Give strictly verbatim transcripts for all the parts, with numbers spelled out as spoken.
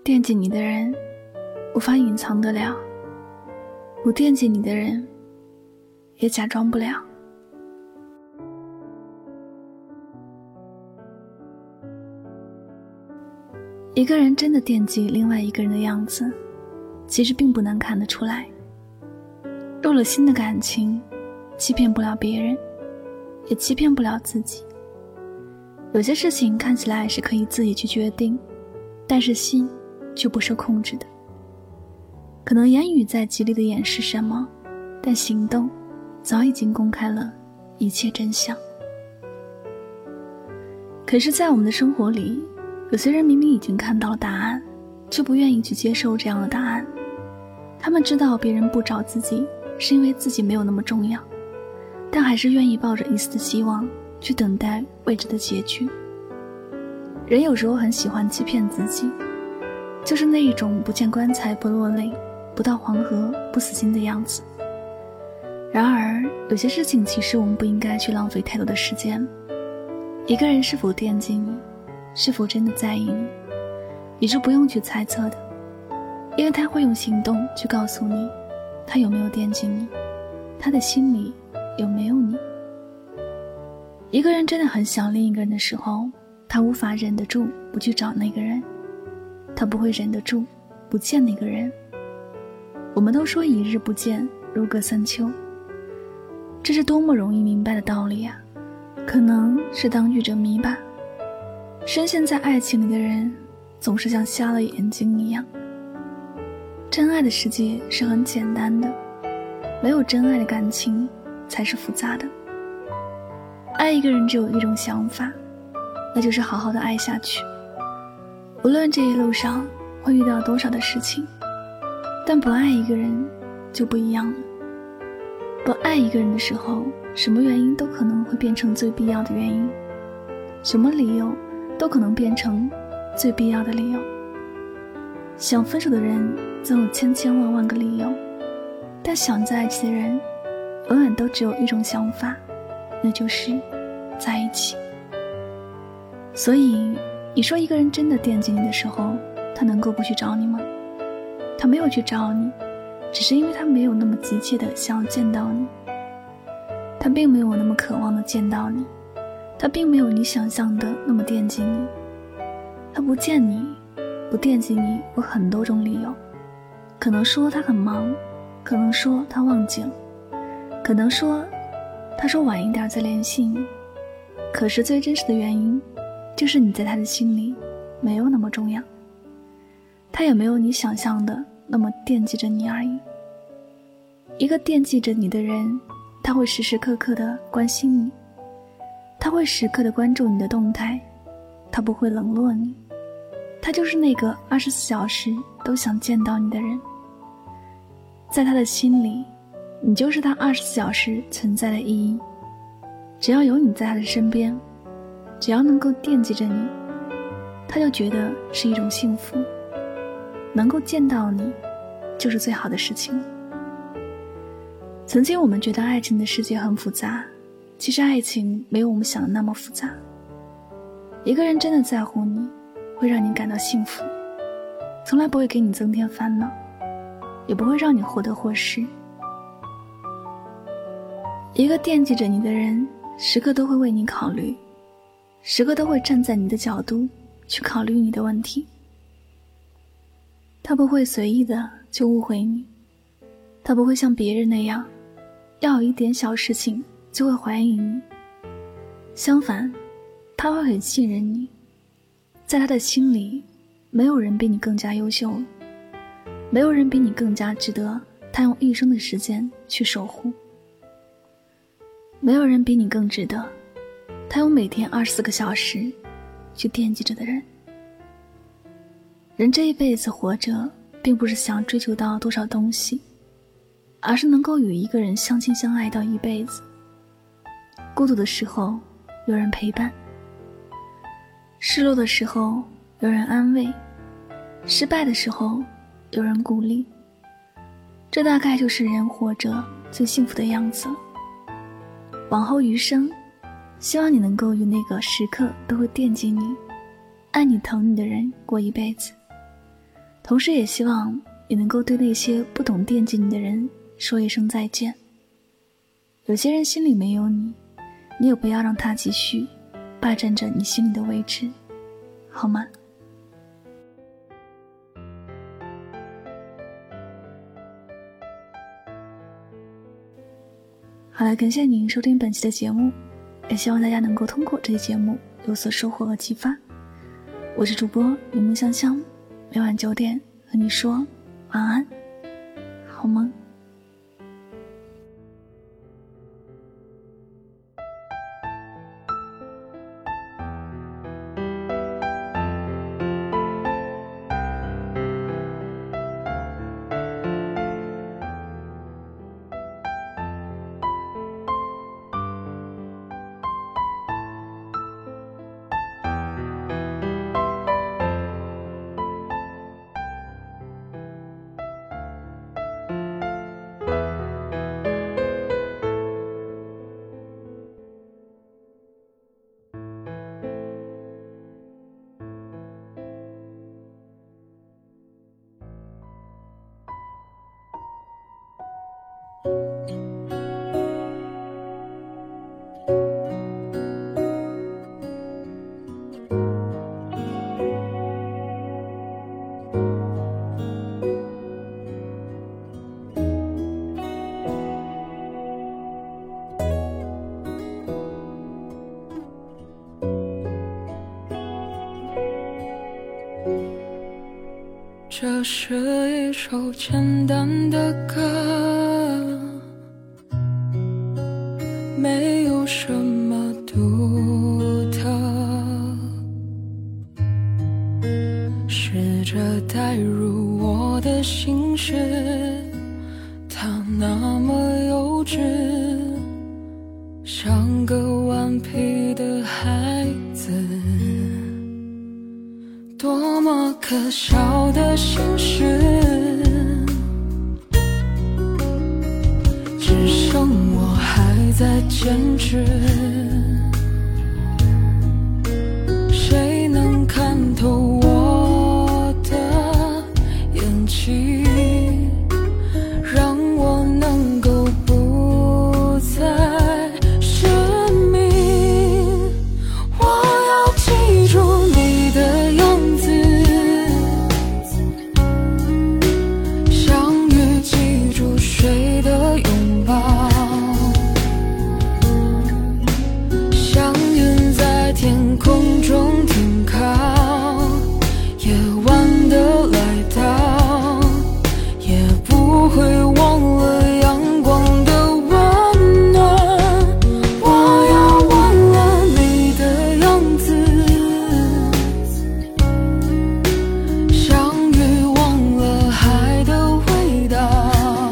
惦记你的人无法隐藏得了，不惦记你的人也假装不了。一个人真的惦记另外一个人的样子，其实并不难看得出来。入了心的感情，欺骗不了别人，也欺骗不了自己。有些事情看起来是可以自己去决定，但是心却不受控制的。可能言语在极力的掩饰什么，但行动早已经公开了一切真相。可是在我们的生活里，有些人明明已经看到了答案，却不愿意去接受这样的答案。他们知道别人不找自己是因为自己没有那么重要，但还是愿意抱着一丝的希望去等待未知的结局。人有时候很喜欢欺骗自己，就是那一种不见棺材不落泪，不到黄河不死心的样子。然而有些事情其实我们不应该去浪费太多的时间。一个人是否惦记你，是否真的在意你，你是不用去猜测的，因为他会用行动去告诉你他有没有惦记你，他的心里有没有你。一个人真的很想另一个人的时候，他无法忍得住不去找那个人，他不会忍得住不见那个人。我们都说一日不见如隔三秋，这是多么容易明白的道理啊！可能是当局者迷吧。深陷在爱情里的人总是像瞎了眼睛一样。真爱的世界是很简单的，没有真爱的感情才是复杂的。爱一个人只有一种想法，那就是好好的爱下去。无论这一路上会遇到多少的事情，但不爱一个人就不一样了。不爱一个人的时候，什么原因都可能会变成最必要的原因，什么理由都可能变成最必要的理由。想分手的人总有千千万万个理由，但想在一起的人永远都只有一种想法，那就是在一起。所以你说一个人真的惦记你的时候，他能够不去找你吗？他没有去找你，只是因为他没有那么急切的想要见到你，他并没有那么渴望的见到你，他并没有你想象的那么惦记你。他不见你，不惦记你有很多种理由，可能说他很忙，可能说他忘记了，可能说他说晚一点再联系你。可是最真实的原因就是你在他的心里没有那么重要，他也没有你想象的那么惦记着你而已。一个惦记着你的人，他会时时刻刻的关心你，他会时刻的关注你的动态，他不会冷落你，他就是那个二十四小时都想见到你的人。在他的心里，你就是他二十四小时存在的意义。只要有你在他的身边，只要能够惦记着你，他就觉得是一种幸福。能够见到你就是最好的事情。曾经我们觉得爱情的世界很复杂，其实爱情没有我们想的那么复杂。一个人真的在乎你，会让你感到幸福，从来不会给你增添烦恼，也不会让你获得或失。一个惦记着你的人，时刻都会为你考虑，时刻都会站在你的角度去考虑你的问题。他不会随意的就误会你，他不会像别人那样要有一点小事情就会怀疑你。相反，他会很信任你，在他的心里，没有人比你更加优秀了，没有人比你更加值得他用一生的时间去守护，没有人比你更值得他用每天二十四个小时去惦记着的人。人这一辈子活着，并不是想追求到多少东西，而是能够与一个人相亲相爱到一辈子。孤独的时候有人陪伴，失落的时候有人安慰，失败的时候有人鼓励。这大概就是人活着最幸福的样子了。往后余生，希望你能够与那个时刻都会惦记你、爱你疼你的人过一辈子。 同时也希望也能够对那些不懂惦记你的人说一声再见。有些人心里没有你，你也不要让他继续霸占着你心里的位置，好吗？好了，感谢您收听本期的节目，也希望大家能够通过这期节目有所收获和启发。我是主播柠檬香香，每晚九点和你说晚安，好梦。 这是一首简单的歌，没有什么独特，试着带入我的心事，它那么幼稚，像个顽皮的孩子，多么可笑的心事，只剩我还在坚持。谁能看透我的演技，让我能够不再失明？我要记住你的样子，相遇记住谁的拥抱，像云在天空中停靠，夜晚的来到，也不会忘了阳光的温暖。我要忘了你的样子，相遇忘了海的味道，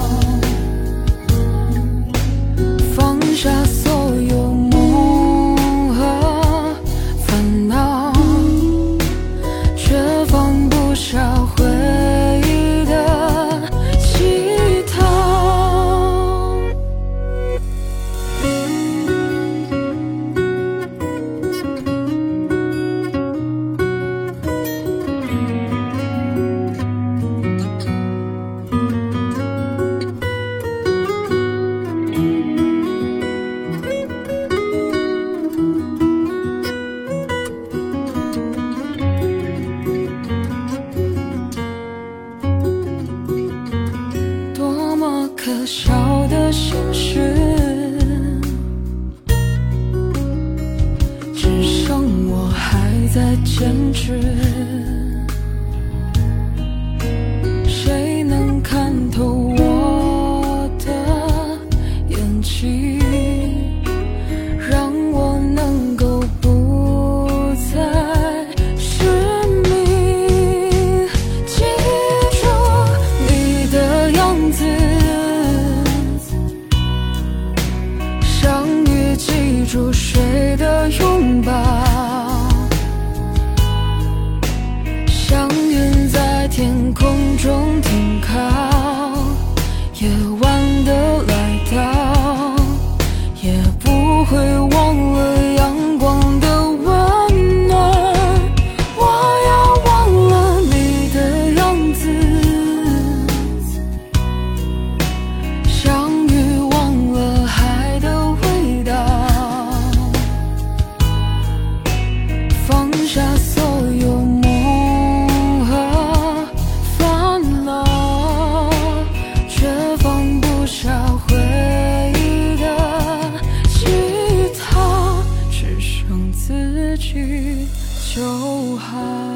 放下所有梦和烦恼，却放不下回忆的乞讨。多么可笑的心事，只剩我还在坚持。谁能看透我的演技，让我能够不再失明？记住你的样子，相遇记住谁的拥抱，像云在天空中停靠，夜晚的来到，也不会忘了阳光的温暖。我要忘了你的样子， 就好。